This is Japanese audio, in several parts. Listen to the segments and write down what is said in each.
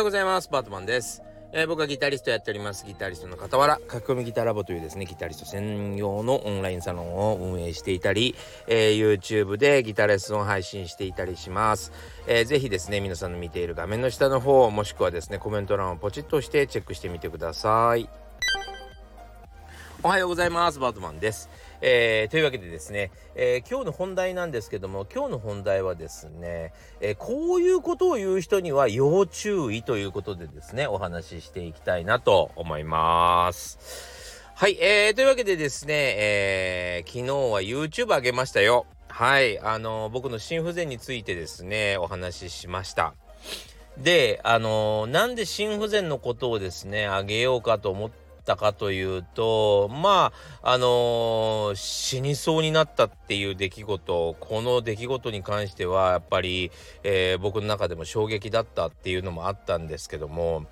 ようございます。バートマンです。僕はギタリストやっております。ギタリストの傍ら、書き込みギターラボというですね、ギタリスト専用のオンラインサロンを運営していたり、YouTube でギターレッスンを配信していたりします。ぜひですね、皆さんの見ている画面の下の方、もしくはですね、コメント欄をポチッと押してチェックしてみてください。おはようございます。バートマンです。というわけでですね、今日の本題なんですけども、今日の本題はですね、こういうことを言う人には要注意ということでですね、お話ししていきたいなと思います。はい、というわけでですね、昨日は YouTube 上げましたよ。はい、僕の心不全についてですね、お話ししました。で、なんで心不全のことをですね、あげようかと思ったかというと、死にそうになったっていう出来事、この出来事に関してはやっぱり、僕の中でも衝撃だったっていうのもあったんですけども、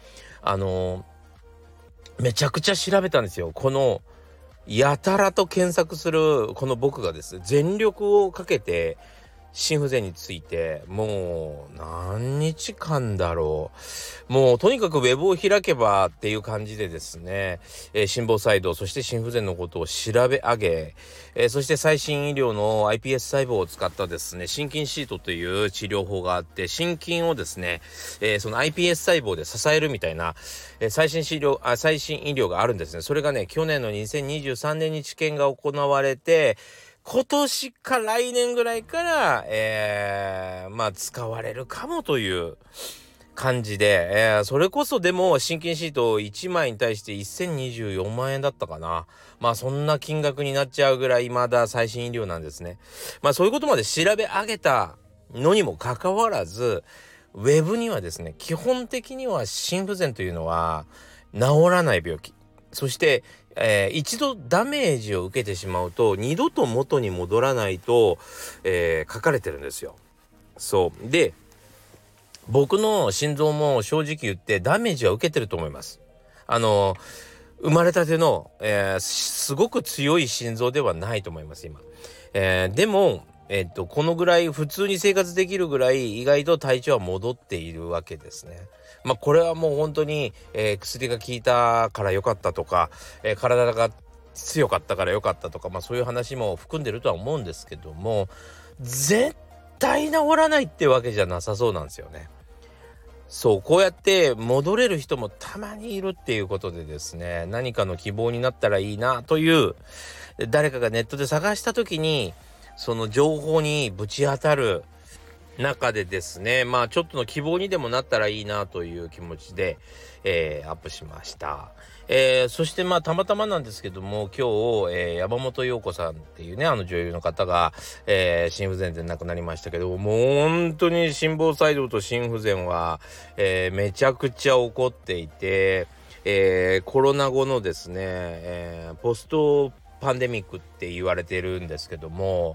めちゃくちゃ調べたんですよ。このやたらと検索するこの僕がですね、全力をかけて心不全についてもう何日間だろう、もうとにかくウェブを開けばっていう感じでですね、心房細動そして心不全のことを調べ上げ、そして最新医療の iPS 細胞を使ったですね、心筋シートという治療法があって、心筋をですね、その iPS 細胞で支えるみたいな、最新医療があるんですね。それがね、去年の2023年に治験が行われて、今年か来年ぐらいから、使われるかもという感じで、それこそでも心筋シート1枚に対して1024万円だったかな。そんな金額になっちゃうぐらいまだ最新医療なんですね。そういうことまで調べ上げたのにもかかわらず、ウェブにはですね、基本的には心不全というのは治らない病気。そして、一度ダメージを受けてしまうと二度と元に戻らないと、書かれてるんですよ。そうで、僕の心臓も正直言ってダメージは受けてると思います。生まれたての、すごく強い心臓ではないと思います今。でもこのぐらい普通に生活できるぐらい意外と体調は戻っているわけですね。これはもう本当に、薬が効いたから良かったとか、体が強かったから良かったとか、そういう話も含んでるとは思うんですけども、絶対治らないってわけじゃなさそうなんですよね。そう、こうやって戻れる人もたまにいるっていうことでですね、何かの希望になったらいいなという、誰かがネットで探した時にその情報にぶち当たる中でですね、ちょっとの希望にでもなったらいいなという気持ちで、アップしました。そしてたまたまなんですけども、今日、山本陽子さんっていうね、女優の方が、心不全で亡くなりましたけど、もう本当に心房細動と心不全は、めちゃくちゃ起こっていて、コロナ後のですね、ポストパンデミックって言われているんですけども、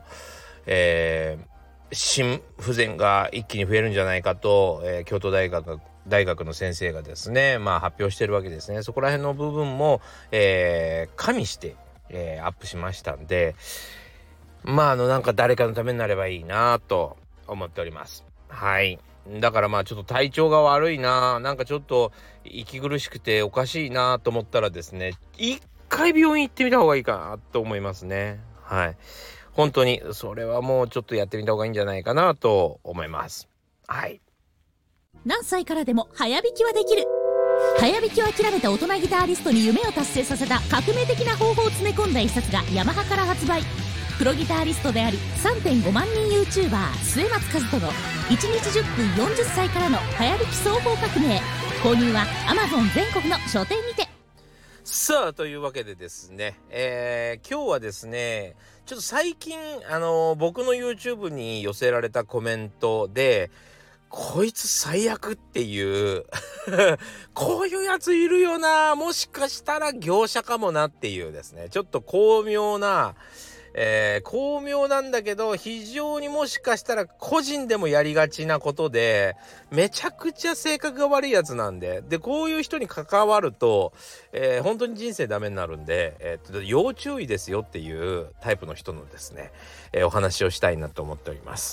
心不全が一気に増えるんじゃないかと、京都大学の先生がですね、発表してるわけですね。そこら辺の部分も、加味して、アップしましたんで、なんか誰かのためになればいいなと思っております。はい。だからちょっと体調が悪いな、なんかちょっと息苦しくておかしいなと思ったらですね、一回病院行ってみた方がいいかなと思いますね。はい。本当にそれはもうちょっとやってみた方がいいんじゃないかなと思います。はい。 何歳からでも早弾きはできる。早弾きを諦めた大人ギタリストに夢を達成させた革命的な方法を詰め込んだ一冊がヤマハから発売。プロギタリストであり 3.5 万人 YouTuber 末松和人の1日10分40歳からの早弾き双方革命。購入は Amazon 全国の書店にて。 さあ、というわけでですね、今日はですね、ちょっと最近僕の YouTube に寄せられたコメントで、こいつ最悪っていうこういうやついるよな、もしかしたら業者かもなっていうですね、ちょっと巧妙なんだけど非常にもしかしたら個人でもやりがちなことで、めちゃくちゃ性格が悪いやつなんで、こういう人に関わると、本当に人生ダメになるんで、要注意ですよっていうタイプの人のですね、お話をしたいなと思っております。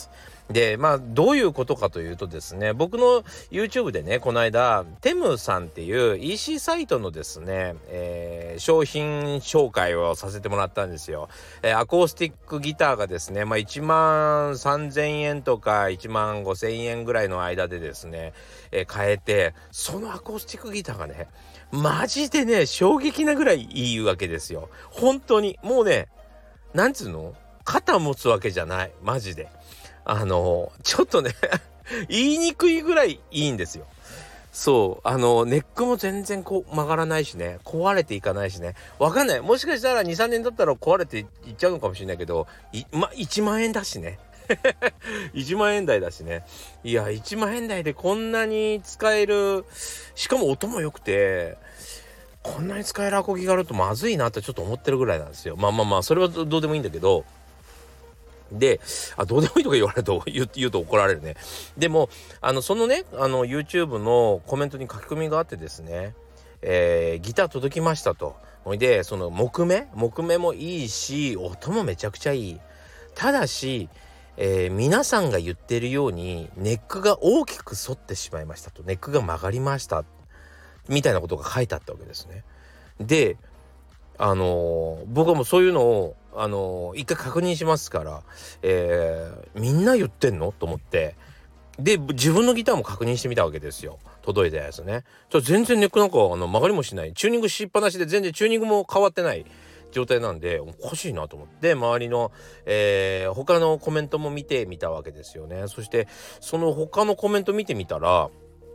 でどういうことかというとですね、僕の YouTube でねこの間テムさんっていう EC サイトのですね、商品紹介をさせてもらったんですよ。アコースティックギターがですね、1万3000円とか1万5000円ぐらいの間でですね、買えて、そのアコースティックギターがねマジでね衝撃なぐらいいいわけですよ。本当にもうね、なんつうの、肩持つわけじゃない、マジでちょっとね言いにくいぐらいいいんですよ。そうネックも全然こう曲がらないしね、壊れていかないしね、わかんない、もしかしたら 2,3 年だったら壊れていっちゃうのかもしれないけど、1万円だしね1万円台だしね。いや1万円台でこんなに使える、しかも音も良くて、こんなに使えるアコギがあるとまずいなってちょっと思ってるぐらいなんですよ。それはどうでもいいんだけど、でどうでもいいとか言われると言うと怒られるね。でもそのねYouTube のコメントに書き込みがあってですね、ギター届きましたと。ほいでその木目もいいし音もめちゃくちゃいい。ただし、皆さんが言ってるようにネックが大きく反ってしまいましたと、ネックが曲がりましたみたいなことが書いてあったわけですね。で僕はもうそういうのを一回確認しますから、みんな言ってんのと思って、で自分のギターも確認してみたわけですよ、届いたやつね。全然ネックなんか曲がりもしない、チューニングしっぱなしで全然チューニングも変わってない状態なんで、おかしいなと思って周りの、他のコメントも見てみたわけですよね。そしてその他のコメント見てみたら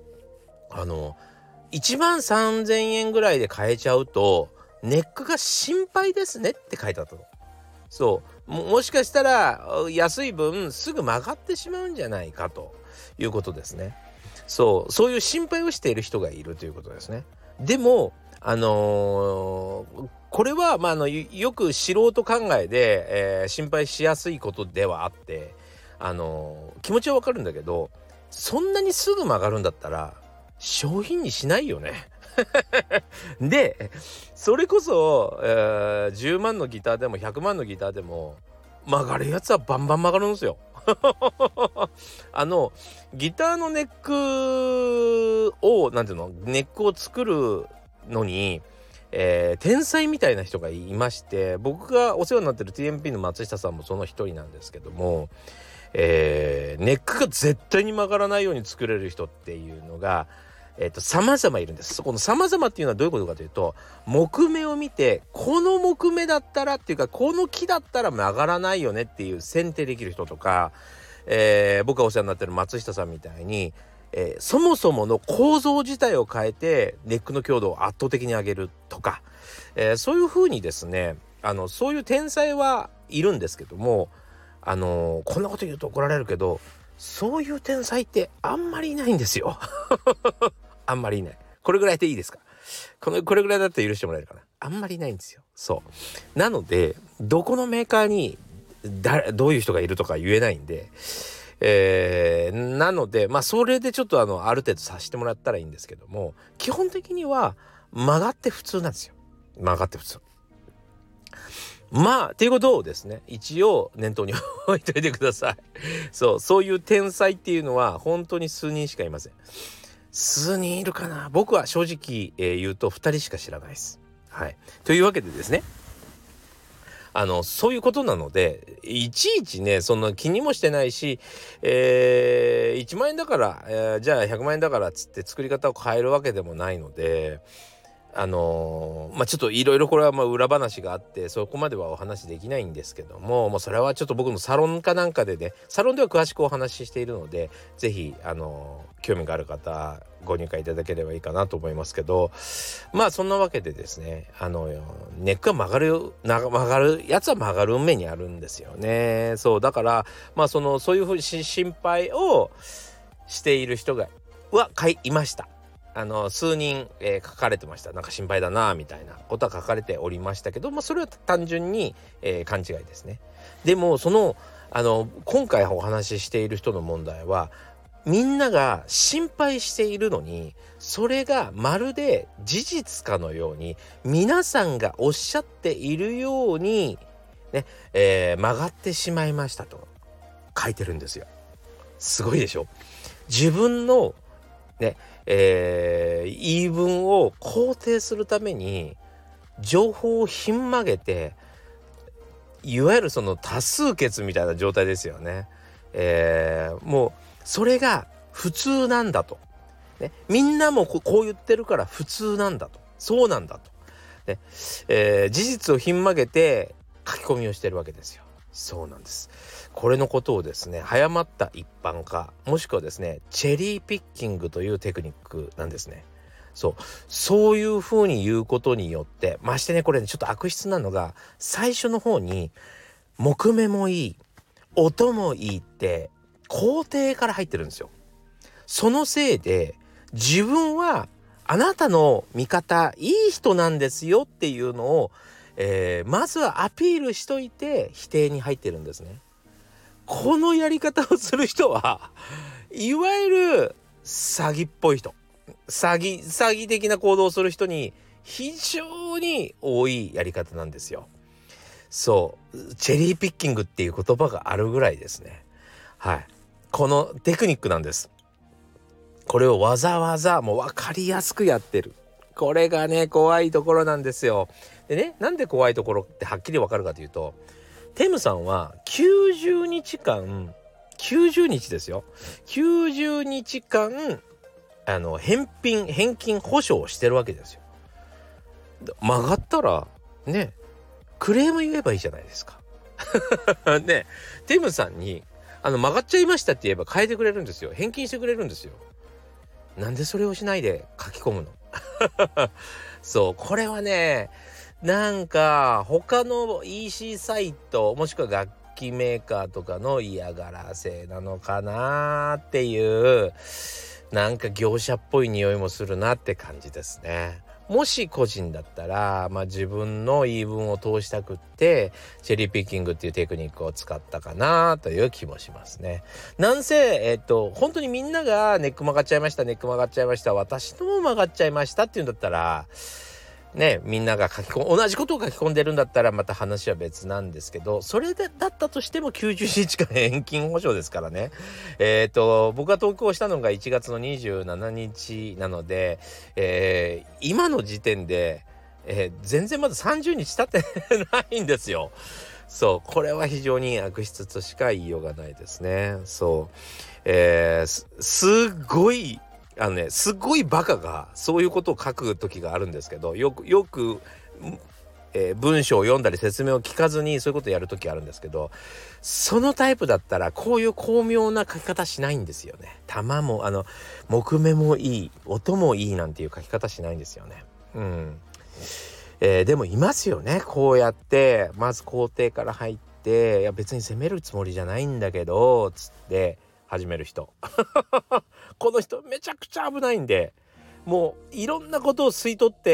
1万3000円ぐらいで買えちゃうとネックが心配ですねって書いてあったの。そうもしかしたら安い分すぐ曲がってしまうんじゃないかということですね。そういう心配をしている人がいるということですね。でもこれは、よく素人考えで、心配しやすいことではあって、気持ちはわかるんだけど、そんなにすぐ曲がるんだったら商品にしないよねでそれこそ、10万のギターでも100万のギターでも曲がるやつはバンバン曲がるんですよギターのネックをなんていうの、ネックを作るのに、天才みたいな人がいまして、僕がお世話になってる TMP の松下さんもその一人なんですけども、ネックが絶対に曲がらないように作れる人っていうのが様々いるんです。この様々っていうのはどういうことかというと、木目を見てこの木目だったらっていうかこの木だったら曲がらないよねっていう選定できる人とか、僕がお世話になってる松下さんみたいに、そもそもの構造自体を変えてネックの強度を圧倒的に上げるとか、そういう風にですねそういう天才はいるんですけども、こんなこと言うと怒られるけど、そういう天才ってあんまりいないんですよあんまりいない。これぐらいでいいですか？これぐらいだったら許してもらえるかな。あんまりいないんですよ。そうなのでどこのメーカーにどういう人がいるとか言えないんで、なのでそれでちょっとある程度させてもらったらいいんですけども、基本的には曲がって普通なんですよ。曲がって普通。っていうことをですね一応念頭に置いといてくださいそういう天才っていうのは本当に数人しかいません。数人いるかな。僕は正直、言うと2人しか知らないです。はいというわけでですね、そういうことなのでいちいちねそんな気にもしてないし、1万円だから、じゃあ100万円だからっつって作り方を変えるわけでもないので、ちょっといろいろこれは裏話があってそこまではお話できないんですけども、それはちょっと僕のサロンかなんかでね、サロンでは詳しくお話ししているので、ぜひ興味がある方ご入会いただければいいかなと思いますけど、そんなわけでですねネックが曲がるやつは曲がる運命にあるんですよね。そうだからそういうふうに心配をしている人がいました。数人、書かれてました。なんか心配だなみたいなことは書かれておりましたけど、それは単純に、勘違いですね。でも今回お話ししている人の問題は、みんなが心配しているのにそれがまるで事実かのように皆さんがおっしゃっているようにね、曲がってしまいましたと書いてるんですよ。 すごいでしょ。自分のね、言い分を肯定するために情報をひん曲げて、いわゆるその多数決みたいな状態ですよね。もうそれが普通なんだと、ね、みんなもこう言ってるから普通なんだと、そうなんだと、ね、事実をひん曲げて書き込みをしてるわけですよ。そうなんです。これのことをですね、早まった一般化、もしくはですね、チェリーピッキングというテクニックなんですね。そういう風に言うことによって、ましてね、これねちょっと悪質なのが、最初の方に木目もいい、音もいいって肯定から入ってるんですよ。そのせいで自分はあなたの味方、いい人なんですよっていうのを、まずはアピールしといて否定に入ってるんですね。このやり方をする人はいわゆる詐欺っぽい人、詐欺的な行動をする人に非常に多いやり方なんですよ。そうチェリーピッキングっていう言葉があるぐらいですね。はい、このテクニックなんです。これをわざわざもう分かりやすくやってる。これがね怖いところなんですよ。でね、なんで怖いところってはっきり分かるかというと、テムさんは90日間90日ですよ、90日間返金保証をしてるわけですよ。曲がったらね、クレーム言えばいいじゃないですかね、テムさんに曲がっちゃいましたって言えば変えてくれるんですよ。返金してくれるんですよ。なんでそれをしないで書き込むのそう、これはね、なんか他の EC サイト、もしくは楽器メーカーとかの嫌がらせなのかなっていう、なんか業者っぽい匂いもするなって感じですね。もし個人だったら、自分の言い分を通したくってチェリーピッキングっていうテクニックを使ったかなという気もしますね。なんせ本当にみんながネック曲がっちゃいました、私のも曲がっちゃいましたっていうんだったらね、みんなが同じことを書き込んでるんだったらまた話は別なんですけど、それだったとしても90日間返金保証ですからね。僕が投稿したのが1月の27日なので、今の時点で、全然まだ30日経ってないんですよ。そう、これは非常に悪質としか言いようがないですね。そう、すごいすごいバカがそういうことを書く時があるんですけど、よく、文章を読んだり説明を聞かずにそういうことをやる時あるんですけど、そのタイプだったらこういう巧妙な書き方しないんですよね。玉も木目もいい、音もいいなんていう書き方しないんですよね。でもいますよね、こうやってまず肯定から入って、いや別に責めるつもりじゃないんだけどつって始める人この人めちゃくちゃ危ないんで、もういろんなことを吸い取って、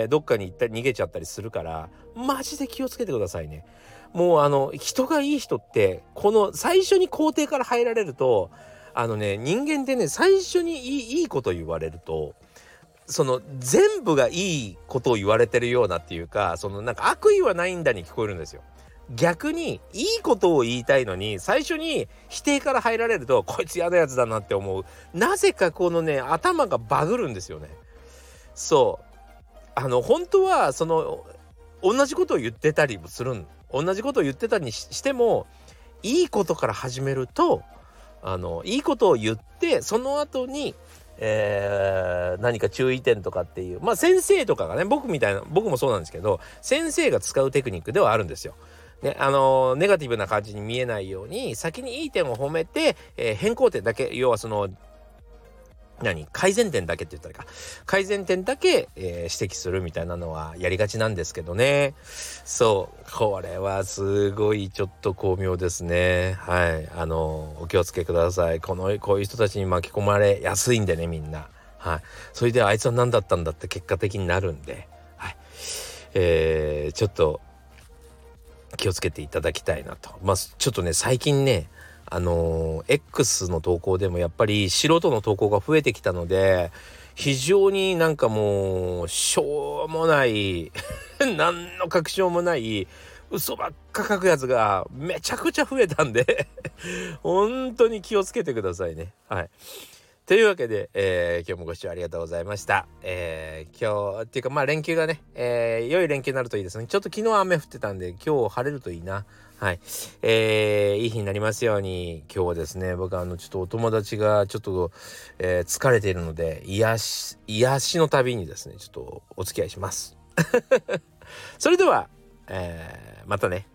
どっかに行ったり逃げちゃったりするから、マジで気をつけてくださいね。もう人がいい人ってこの最初に肯定から入られると、人間ってね、最初にいいこと言われるとその全部がいいことを言われてるようなっていうか、そのなんか悪意はないんだに聞こえるんですよ。逆にいいことを言いたいのに最初に否定から入られると、こいつ嫌なやつだなって思う。なぜかこのね、頭がバグるんですよね。そう本当はその同じことを言ってたりもする同じことを言ってたりしても、いいことから始めるといいことを言ってその後に何か注意点とかっていう、先生とかがね、僕もそうなんですけど、先生が使うテクニックではあるんですよ。ね、ネガティブな感じに見えないように先にいい点を褒めて、変更点だけ、要はその改善点だけって言ったらいいか、改善点だけ、指摘するみたいなのはやりがちなんですけどね。そうこれはすごいちょっと巧妙ですね。はい、お気をつけください。こういう人たちに巻き込まれやすいんでね、みんな。はい、それであいつは何だったんだって結果的になるんで、はい、ちょっと気をつけていただきたいなと。ちょっとね、最近ねX の投稿でもやっぱり素人の投稿が増えてきたので、非常にもうしょうもない何の確証もない嘘ばっか書くやつがめちゃくちゃ増えたんで本当に気をつけてくださいね。はい。というわけで、今日もご視聴ありがとうございました。今日っていうかまあ連休がね、良い連休になるといいですね。ちょっと昨日雨降ってたんで今日晴れるといいな。はい。いい日になりますように。今日はですね、僕ちょっとお友達がちょっと、疲れているので癒しの旅にですねちょっとお付き合いします。それでは、またね。